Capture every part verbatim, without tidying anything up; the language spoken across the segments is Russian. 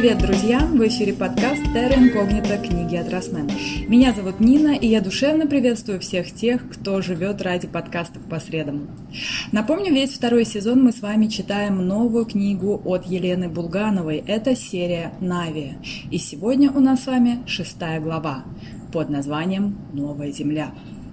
Привет, друзья! В эфире подкаст Terra Incognita «Книги от Росмен». Меня зовут Нина, и я душевно приветствую всех тех, кто живет ради подкастов по средам. Напомню, весь второй сезон мы с вами читаем новую книгу от Елены Булгановой. Это серия «Навия». И сегодня у нас с вами шестая глава под названием «Новая земля».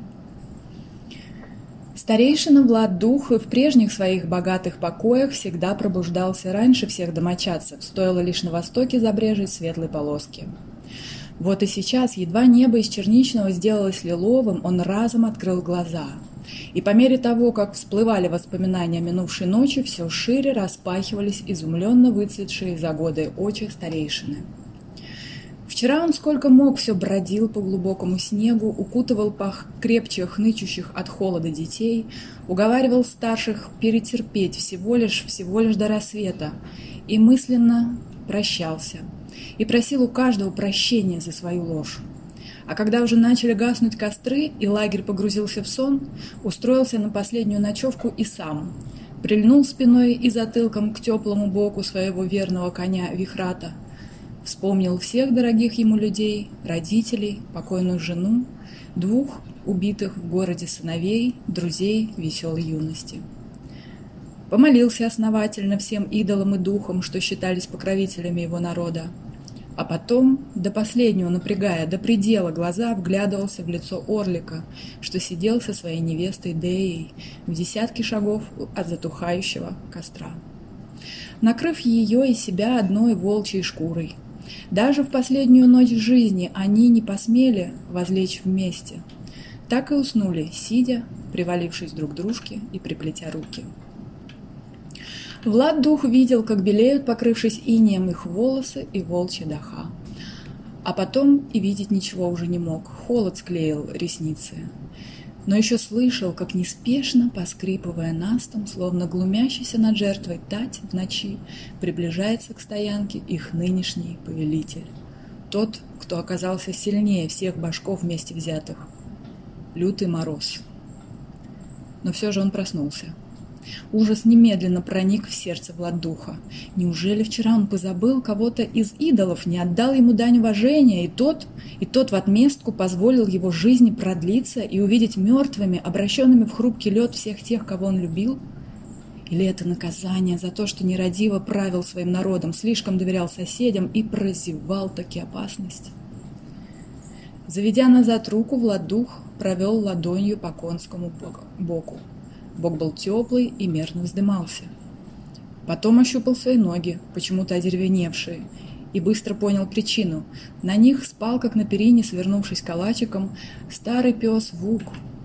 Старейшина Влад Дух в прежних своих богатых покоях всегда пробуждался раньше всех домочадцев, стоило лишь на востоке забрежить светлой полоски. Вот и сейчас, едва небо из черничного сделалось лиловым, он разом открыл глаза. И по мере того, как всплывали воспоминания о минувшей ночи, все шире распахивались изумленно выцветшие за годы очи старейшины. Вчера он сколько мог все бродил по глубокому снегу, укутывал покрепче хнычущих от холода детей, уговаривал старших перетерпеть всего лишь, всего лишь до рассвета, и мысленно прощался, и просил у каждого прощения за свою ложь. А когда уже начали гаснуть костры, и лагерь погрузился в сон, устроился на последнюю ночевку и сам, прильнул спиной и затылком к теплому боку своего верного коня Вихрата, вспомнил всех дорогих ему людей, родителей, покойную жену, двух убитых в городе сыновей, друзей веселой юности. Помолился основательно всем идолам и духам, что считались покровителями его народа, а потом, до последнего напрягая до предела глаза, вглядывался в лицо Орлика, что сидел со своей невестой Деей в десятке шагов от затухающего костра, накрыв ее и себя одной волчьей шкурой. Даже в последнюю ночь жизни они не посмели возлечь вместе. Так и уснули, сидя, привалившись друг к дружке и приплетя руки. Влад Дух видел, как белеют, покрывшись инеем, их волосы и волчья даха. А потом и видеть ничего уже не мог, холод склеил ресницы. Но еще слышал, как неспешно, поскрипывая настом, словно глумящийся над жертвой тать в ночи, приближается к стоянке их нынешний повелитель. Тот, кто оказался сильнее всех башков вместе взятых. Лютый мороз. Но все же он проснулся. Ужас немедленно проник в сердце Владдуха. Неужели вчера он позабыл кого-то из идолов, не отдал ему дань уважения, и тот, и тот в отместку позволил его жизни продлиться и увидеть мертвыми, обращенными в хрупкий лед всех тех, кого он любил? Или это наказание за то, что нерадиво правил своим народом, слишком доверял соседям и прозевал таки опасность? Заведя назад руку, Владдух провел ладонью по конскому боку. Бок был теплый и мерно вздымался. Потом ощупал свои ноги, почему-то одеревеневшие, и быстро понял причину. На них спал, как на перине, свернувшись калачиком, старый пес Вук.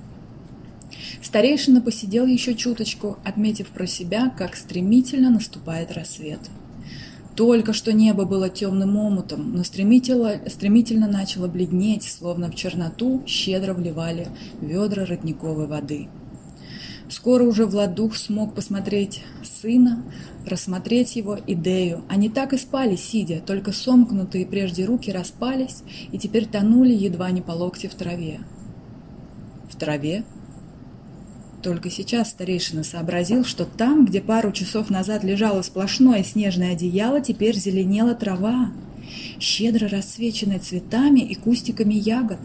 Старейшина посидел еще чуточку, отметив про себя, как стремительно наступает рассвет. Только что небо было темным омутом, но стремительно, стремительно начало бледнеть, словно в черноту щедро вливали ведра родниковой воды. Скоро уже Владдух смог посмотреть сына, рассмотреть его идею. Они так и спали, сидя, только сомкнутые прежде руки распались и теперь тонули едва не по локти в траве. В траве? Только сейчас старейшина сообразил, что там, где пару часов назад лежало сплошное снежное одеяло, теперь зеленела трава, щедро рассвеченная цветами и кустиками ягод.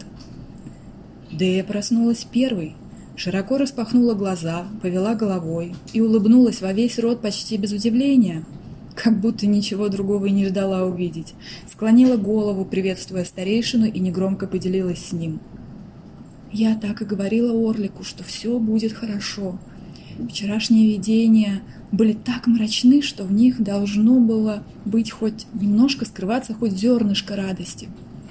Дея проснулась первой. Широко распахнула глаза, повела головой и улыбнулась во весь рот почти без удивления, как будто ничего другого и не ждала увидеть. Склонила голову, приветствуя старейшину, и негромко поделилась с ним. «Я так и говорила Орлику, что все будет хорошо. Вчерашние видения были так мрачны, что в них должно было быть хоть немножко скрываться хоть зернышко радости».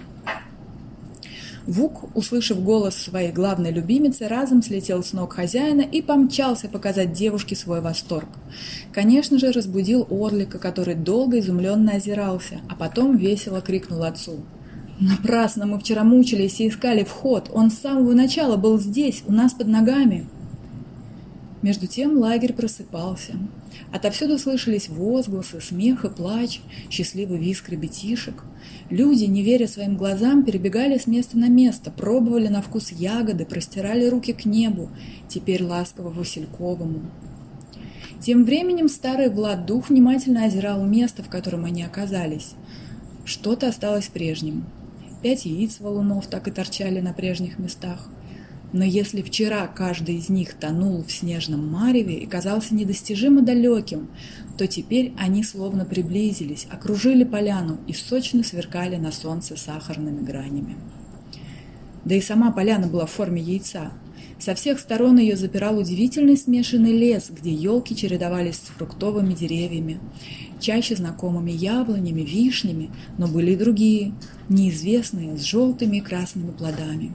Вук, услышав голос своей главной любимицы, разом слетел с ног хозяина и помчался показать девушке свой восторг. Конечно же, разбудил Орлика, который долго изумленно озирался, а потом весело крикнул отцу. «Напрасно мы вчера мучились и искали вход, он с самого начала был здесь, у нас под ногами». Между тем лагерь просыпался. Отовсюду слышались возгласы, смех и плач, счастливый визг ребятишек. Люди, не веря своим глазам, перебегали с места на место, пробовали на вкус ягоды, простирали руки к небу, теперь ласково васильковому. Тем временем старый Влад Дух внимательно озирал место, в котором они оказались. Что-то осталось прежним. Пять яиц валунов так и торчали на прежних местах. Но если вчера каждый из них тонул в снежном мареве и казался недостижимо далеким, то теперь они словно приблизились, окружили поляну и сочно сверкали на солнце сахарными гранями. Да и сама поляна была в форме яйца. Со всех сторон ее запирал удивительный смешанный лес, где елки чередовались с фруктовыми деревьями, чаще знакомыми яблонями, вишнями, но были и другие, неизвестные, с желтыми и красными плодами.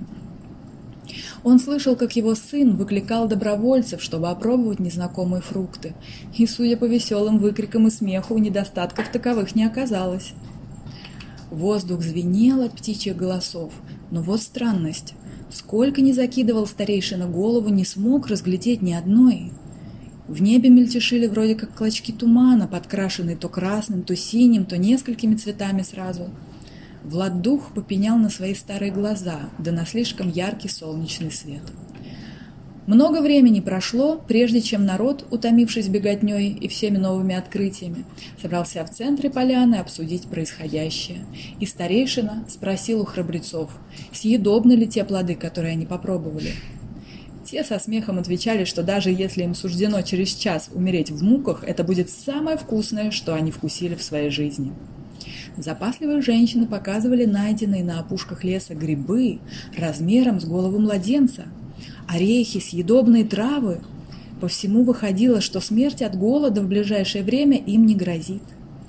Он слышал, как его сын выкликал добровольцев, чтобы опробовать незнакомые фрукты, и, судя по веселым выкрикам и смеху, недостатков таковых не оказалось. Воздух звенел от птичьих голосов, но вот странность. Сколько ни закидывал старейшина голову, не смог разглядеть ни одной. В небе мельтешили вроде как клочки тумана, подкрашенные то красным, то синим, то несколькими цветами сразу. Владдух попенял на свои старые глаза, да на слишком яркий солнечный свет. Много времени прошло, прежде чем народ, утомившись беготней и всеми новыми открытиями, собрался в центре поляны обсудить происходящее. И старейшина спросил у храбрецов, съедобны ли те плоды, которые они попробовали. Те со смехом отвечали, что даже если им суждено через час умереть в муках, это будет самое вкусное, что они вкусили в своей жизни. Запасливые женщины показывали найденные на опушках леса грибы размером с голову младенца, орехи, съедобные травы. По всему выходило, что смерть от голода в ближайшее время им не грозит.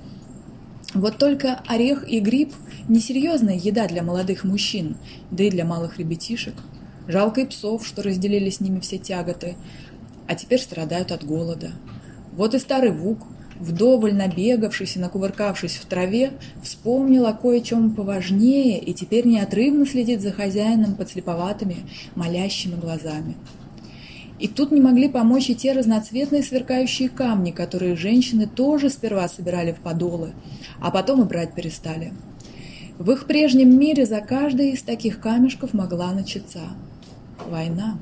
Вот только орех и гриб – несерьезная еда для молодых мужчин, да и для малых ребятишек. Жалко и псов, что разделили с ними все тяготы, а теперь страдают от голода. Вот и старый Вук, вдоволь набегавшись и накувыркавшись в траве, вспомнил о кое-чем поважнее и теперь неотрывно следит за хозяином подслеповатыми, молящими глазами. И тут не могли помочь и те разноцветные сверкающие камни, которые женщины тоже сперва собирали в подолы, а потом и брать перестали. В их прежнем мире за каждой из таких камешков могла начаться война.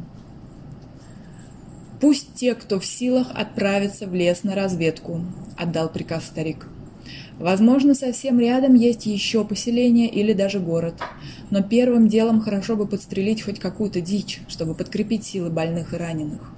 «Пусть те, кто в силах, отправятся в лес на разведку», — отдал приказ старик. «Возможно, совсем рядом есть еще поселение или даже город, но первым делом хорошо бы подстрелить хоть какую-то дичь, чтобы подкрепить силы больных и раненых».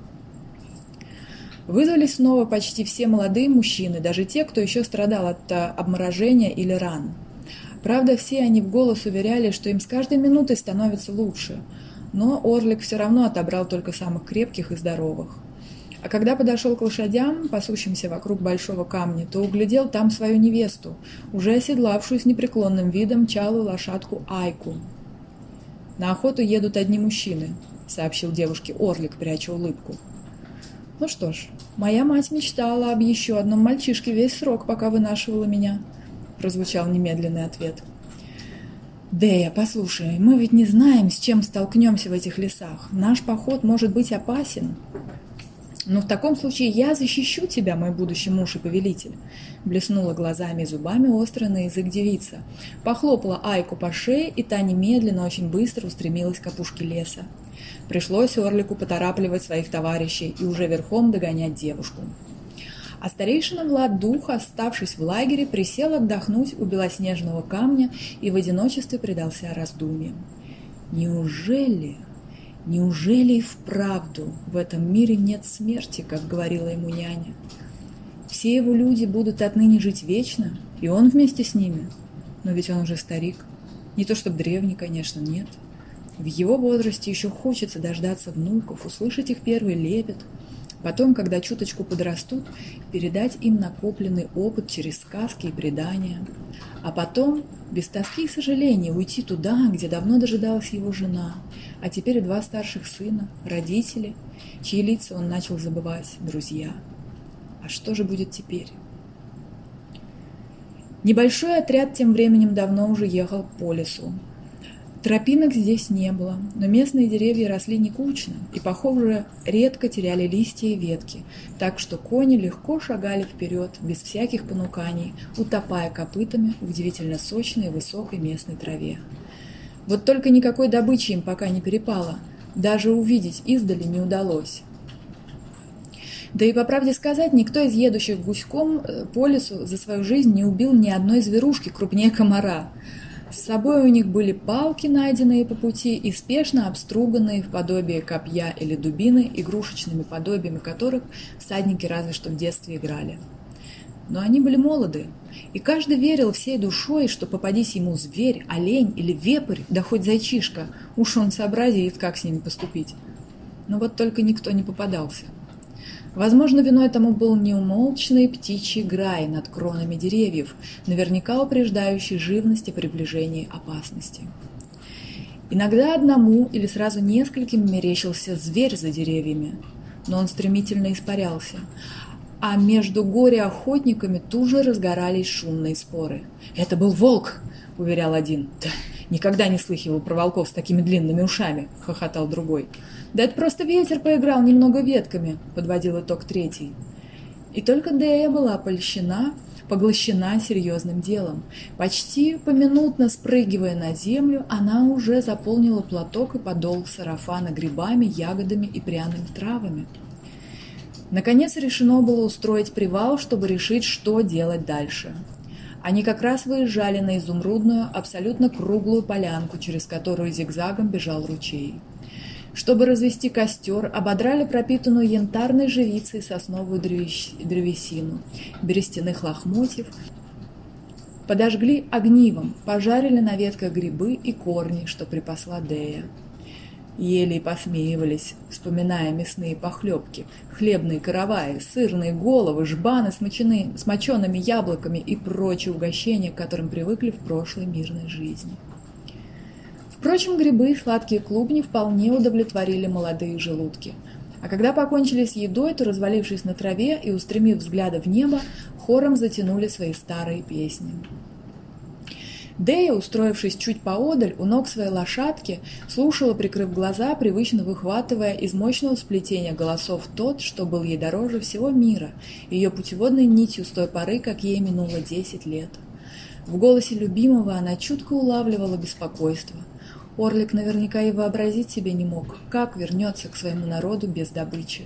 Вызвались снова почти все молодые мужчины, даже те, кто еще страдал от обморожения или ран. Правда, все они в голос уверяли, что им с каждой минутой становится лучше, но Орлик все равно отобрал только самых крепких и здоровых. А когда подошел к лошадям, пасущимся вокруг большого камня, то углядел там свою невесту, уже оседлавшую с непреклонным видом чалую лошадку Айку. «На охоту едут одни мужчины», — сообщил девушке Орлик, пряча улыбку. «Ну что ж, моя мать мечтала об еще одном мальчишке весь срок, пока вынашивала меня», — прозвучал немедленный ответ. «Дея, послушай, мы ведь не знаем, с чем столкнемся в этих лесах. Наш поход может быть опасен». «Но в таком случае я защищу тебя, мой будущий муж и повелитель», — блеснула глазами и зубами острая на язык девица, похлопала Айку по шее, и та немедленно, очень быстро устремилась к опушке леса. Пришлось Орлику поторапливать своих товарищей и уже верхом догонять девушку. А старейшина Владдух, оставшись в лагере, присел отдохнуть у белоснежного камня и в одиночестве предался раздумьям. Неужели, неужели и вправду в этом мире нет смерти, как говорила ему няня? Все его люди будут отныне жить вечно, и он вместе с ними. Но ведь он уже старик. Не то чтобы древний, конечно, нет. В его возрасте еще хочется дождаться внуков, услышать их первый лепет, потом, когда чуточку подрастут, передать им накопленный опыт через сказки и предания. А потом, без тоски и сожаления, уйти туда, где давно дожидалась его жена, а теперь и два старших сына, родители, чьи лица он начал забывать, друзья. А что же будет теперь? Небольшой отряд тем временем давно уже ехал по лесу. Тропинок здесь не было, но местные деревья росли некучно и, похоже, редко теряли листья и ветки, так что кони легко шагали вперед, без всяких понуканий, утопая копытами в удивительно сочной и высокой местной траве. Вот только никакой добычи им пока не перепало, даже увидеть издали не удалось. Да и, по правде сказать, никто из едущих гуськом по лесу за свою жизнь не убил ни одной зверушки крупнее комара. С собой у них были палки, найденные по пути, и спешно обструганные в подобие копья или дубины, игрушечными подобиями которых всадники разве что в детстве играли. Но они были молоды, и каждый верил всей душой, что попадись ему зверь, олень или вепрь, да хоть зайчишка, уж он сообразит, как с ними поступить. Но вот только никто не попадался. Возможно, виной тому был неумолчный птичий грай над кронами деревьев, наверняка упреждающий живность о приближении опасности. Иногда одному или сразу нескольким мерещился зверь за деревьями, но он стремительно испарялся, а между горе-охотниками тут же разгорались шумные споры. «Это был волк!» — уверял один. «Да, никогда не слыхивал про волков с такими длинными ушами!» — хохотал другой. «Да это просто ветер поиграл немного ветками», — подводил итог третий. И только Дея была польщена, поглощена серьезным делом. Почти поминутно спрыгивая на землю, она уже заполнила платок и подол сарафана грибами, ягодами и пряными травами. Наконец решено было устроить привал, чтобы решить, что делать дальше. Они как раз выезжали на изумрудную, абсолютно круглую полянку, через которую зигзагом бежал ручей. Чтобы развести костер, ободрали пропитанную янтарной живицей сосновую древесину, берестяных лохмотьев, подожгли огнивом, пожарили на ветках грибы и корни, что припасла Дея. Ели и посмеивались, вспоминая мясные похлебки, хлебные караваи, сырные головы, жбаны с мочеными яблоками и прочие угощения, к которым привыкли в прошлой мирной жизни. Впрочем, грибы и сладкие клубни вполне удовлетворили молодые желудки. А когда покончили с едой, то, развалившись на траве и устремив взгляды в небо, хором затянули свои старые песни. Дея, устроившись чуть поодаль, у ног своей лошадки, слушала, прикрыв глаза, привычно выхватывая из мощного сплетения голосов тот, что был ей дороже всего мира, ее путеводной нитью с той поры, как ей минуло десять лет. В голосе любимого она чутко улавливала беспокойство. Орлик наверняка и вообразить себе не мог, как вернется к своему народу без добычи.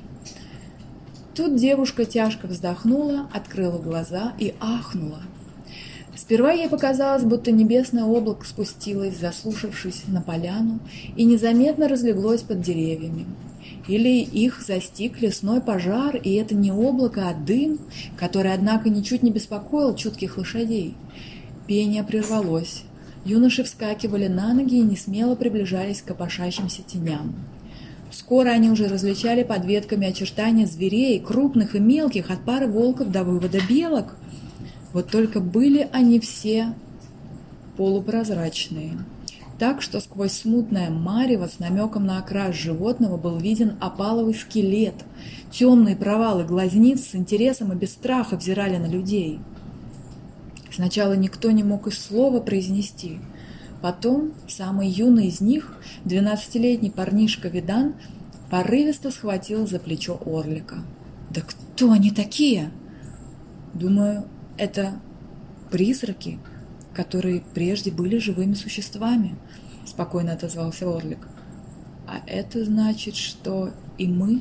Тут девушка тяжко вздохнула, открыла глаза и ахнула. Сперва ей показалось, будто небесное облако спустилось, заслушавшись на поляну, и незаметно разлеглось под деревьями. Или их застиг лесной пожар, и это не облако, а дым, который, однако, ничуть не беспокоил чутких лошадей. Пение прервалось. Юноши вскакивали на ноги и несмело приближались к копошащимся теням. Скоро они уже различали под ветками очертания зверей, крупных и мелких, от пары волков до вывода белок. Вот только были они все полупрозрачные, так что сквозь смутное марево с намеком на окрас животного был виден опаловый скелет. Темные провалы глазниц с интересом и без страха взирали на людей. Сначала никто не мог и слова произнести. Потом самый юный из них, двенадцатилетний парнишка Видан, порывисто схватил за плечо Орлика. «Да кто они такие?» «Думаю, это призраки, которые прежде были живыми существами», — спокойно отозвался Орлик. «А это значит, что и мы...»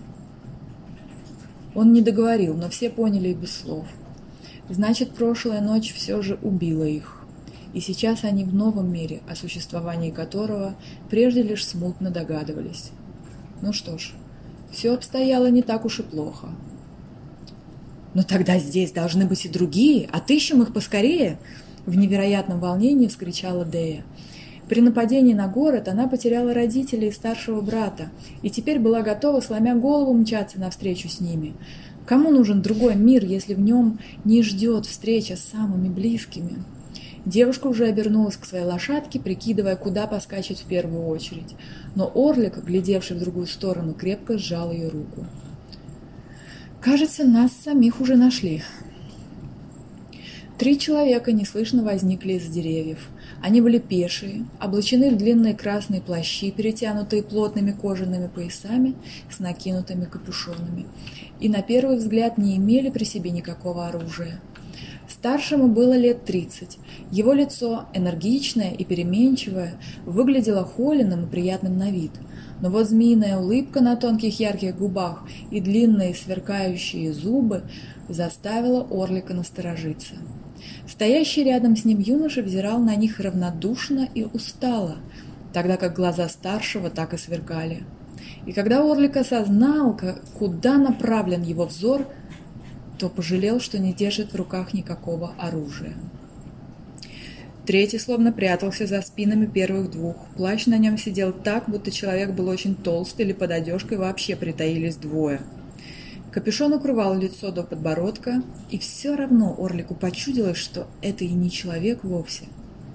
Он не договорил, но все поняли и без слов. Значит, прошлая ночь все же убила их, и сейчас они в новом мире, о существовании которого прежде лишь смутно догадывались. Ну что ж, все обстояло не так уж и плохо. «Но тогда здесь должны быть и другие, отыщем их поскорее!» В невероятном волнении вскричала Дея. При нападении на город она потеряла родителей и старшего брата, и теперь была готова, сломя голову, мчаться навстречу с ними. Кому нужен другой мир, если в нем не ждет встреча с самыми близкими? Девушка уже обернулась к своей лошадке, прикидывая, куда поскачет в первую очередь, но Орлик, глядевший в другую сторону, крепко сжал ее руку. «Кажется, нас самих уже нашли». Три человека неслышно возникли из деревьев. Они были пешие, облачены в длинные красные плащи, перетянутые плотными кожаными поясами с накинутыми капюшонами, и на первый взгляд не имели при себе никакого оружия. Старшему было лет тридцать. Его лицо, энергичное и переменчивое, выглядело холеным и приятным на вид, Но вот змеиная улыбка на тонких ярких губах и длинные сверкающие зубы заставила Орлика насторожиться. Стоящий рядом с ним юноша взирал на них равнодушно и устало, тогда как глаза старшего так и сверкали. И когда Орлик осознал, куда направлен его взор, то пожалел, что не держит в руках никакого оружия. Третий словно прятался за спинами первых двух. Плащ на нем сидел так, будто человек был очень толстый, или под одежкой вообще притаились двое. Капюшон укрывал лицо до подбородка, и все равно Орлику почудилось, что это и не человек вовсе.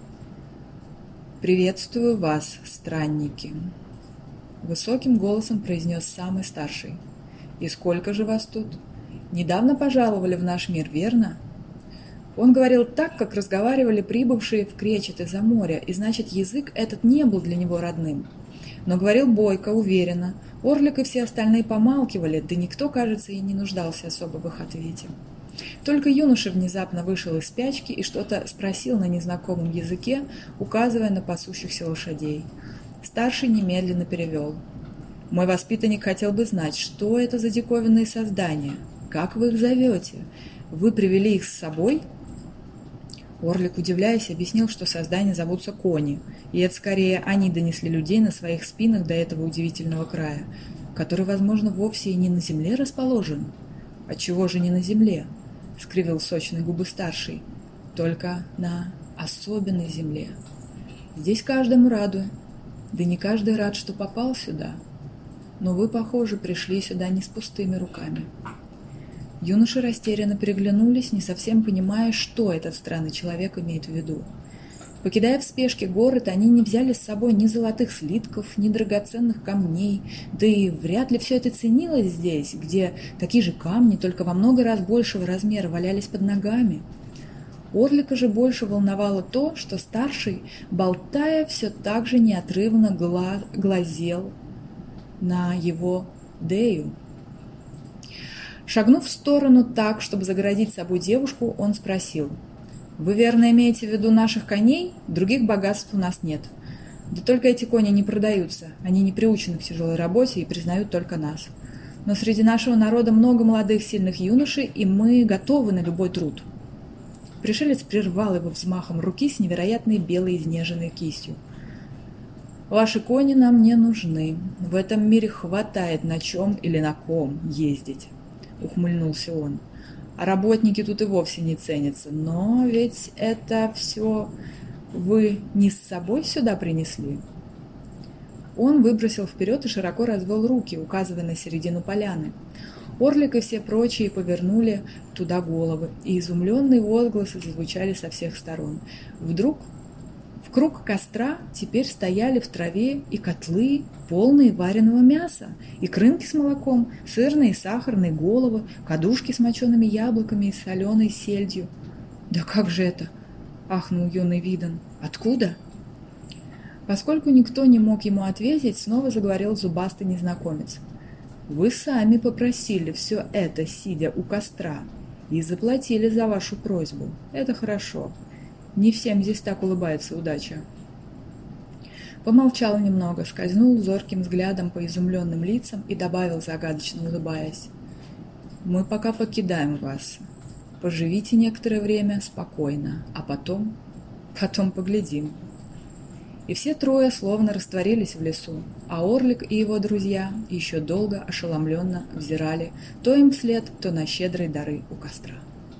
«Приветствую вас, странники», — высоким голосом произнес самый старший. «И сколько же вас тут? Недавно пожаловали в наш мир, верно?» Он говорил так, как разговаривали прибывшие в Кречет из-за моря, и значит, язык этот не был для него родным. Но говорил бойко, уверенно. Орлик и все остальные помалкивали, да никто, кажется, и не нуждался особо в их ответе. Только юноша внезапно вышел из спячки и что-то спросил на незнакомом языке, указывая на пасущихся лошадей. Старший немедленно перевел. «Мой воспитанник хотел бы знать, что это за диковинные создания? Как вы их зовете? Вы привели их с собой?» Орлик, удивляясь, объяснил, что создания зовутся кони, и это скорее они донесли людей на своих спинах до этого удивительного края, который, возможно, вовсе и не на земле расположен. «Отчего же не на земле?» — скривил сочные губы старший. «Только на особенной земле. Здесь каждому раду, да не каждый рад, что попал сюда. Но вы, похоже, пришли сюда не с пустыми руками». Юноши растерянно переглянулись, не совсем понимая, что этот странный человек имеет в виду. Покидая в спешке город, они не взяли с собой ни золотых слитков, ни драгоценных камней, да и вряд ли все это ценилось здесь, где такие же камни, только во много раз большего размера, валялись под ногами. Орлика же больше волновало то, что старший, болтая, все так же неотрывно гла- глазел на его Дею. Шагнув в сторону так, чтобы загородить собой девушку, он спросил: «Вы верно имеете в виду наших коней? Других богатств у нас нет. Да только эти кони не продаются, они не приучены к тяжелой работе и признают только нас. Но среди нашего народа много молодых сильных юношей, и мы готовы на любой труд». Пришелец прервал его взмахом руки с невероятной белой изнеженной кистью. «Ваши кони нам не нужны. В этом мире хватает на чем или на ком ездить», — ухмыльнулся он. «А работники тут и вовсе не ценятся. Но ведь это все вы не с собой сюда принесли?» Он выбросил вперед и широко развел руки, указывая на середину поляны. Орлик и все прочие повернули туда головы, и изумленные возгласы зазвучали со всех сторон. Вдруг в круг костра теперь стояли в траве и котлы, полные вареного мяса, и крынки с молоком, сырные и сахарные головы, кадушки с мочеными яблоками и соленой сельдью. «Да как же это?» — ахнул юный Видан. «Откуда?» Поскольку никто не мог ему ответить, снова заговорил зубастый незнакомец. «Вы сами попросили все это, сидя у костра, и заплатили за вашу просьбу. Это хорошо. Не всем здесь так улыбается удача». Помолчал немного, скользнул зорким взглядом по изумленным лицам и добавил, загадочно улыбаясь: «Мы пока покидаем вас. Поживите некоторое время спокойно, а потом... потом поглядим». И все трое словно растворились в лесу, а Орлик и его друзья еще долго ошеломленно взирали то им вслед, то на щедрые дары у костра.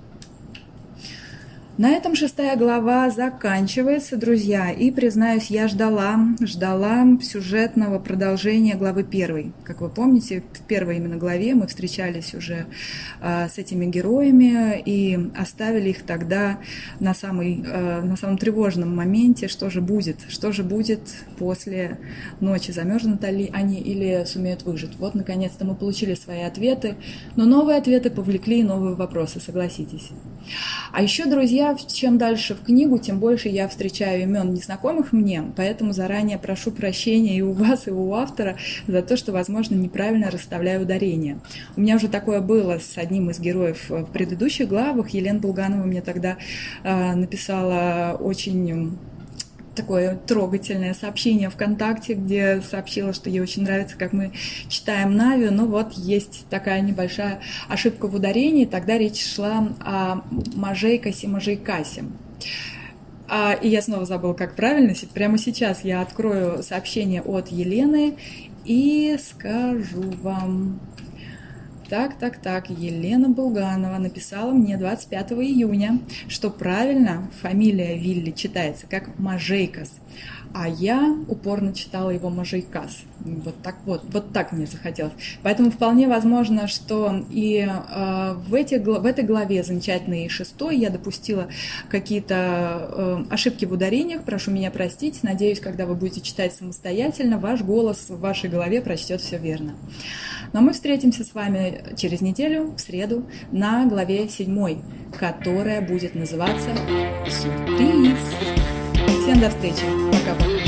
На этом шестая глава заканчивается, друзья, и, признаюсь, я ждала, ждала сюжетного продолжения главы первой. Как вы помните, в первой именно главе мы встречались уже э, с этими героями и оставили их тогда на, самый, э, на самом тревожном моменте, что же будет, что же будет после ночи, замерзнут ли они или сумеют выжить. Вот, наконец-то, мы получили свои ответы, но новые ответы повлекли новые вопросы, согласитесь. А еще, друзья, чем дальше в книгу, тем больше я встречаю имен незнакомых мне, поэтому заранее прошу прощения и у вас, и у автора за то, что, возможно, неправильно расставляю ударения. У меня уже такое было с одним из героев в предыдущих главах. Елена Булганова мне тогда э, написала очень такое трогательное сообщение ВКонтакте, где сообщила, что ей очень нравится, как мы читаем Нави. Ну вот, есть такая небольшая ошибка в ударении. Тогда речь шла о Мажейкасе, Мажейкасе. А, и я снова забыла, как правильно. Прямо сейчас я открою сообщение от Елены и скажу вам... Так, так, так, Елена Булганова написала мне двадцать пятого июня, что правильно фамилия Вилли читается как Мажейкас, а я упорно читала его Мажейкас. Вот так вот, вот так мне захотелось. Поэтому вполне возможно, что и э, в, эти, в этой главе замечательной шестой я допустила какие-то э, ошибки в ударениях. Прошу меня простить. Надеюсь, когда вы будете читать самостоятельно, ваш голос в вашей голове прочтет все верно. Но мы встретимся с вами через неделю, в среду, на главе седьмой, которая будет называться «Сюрприз». Всем до встречи. Пока-пока.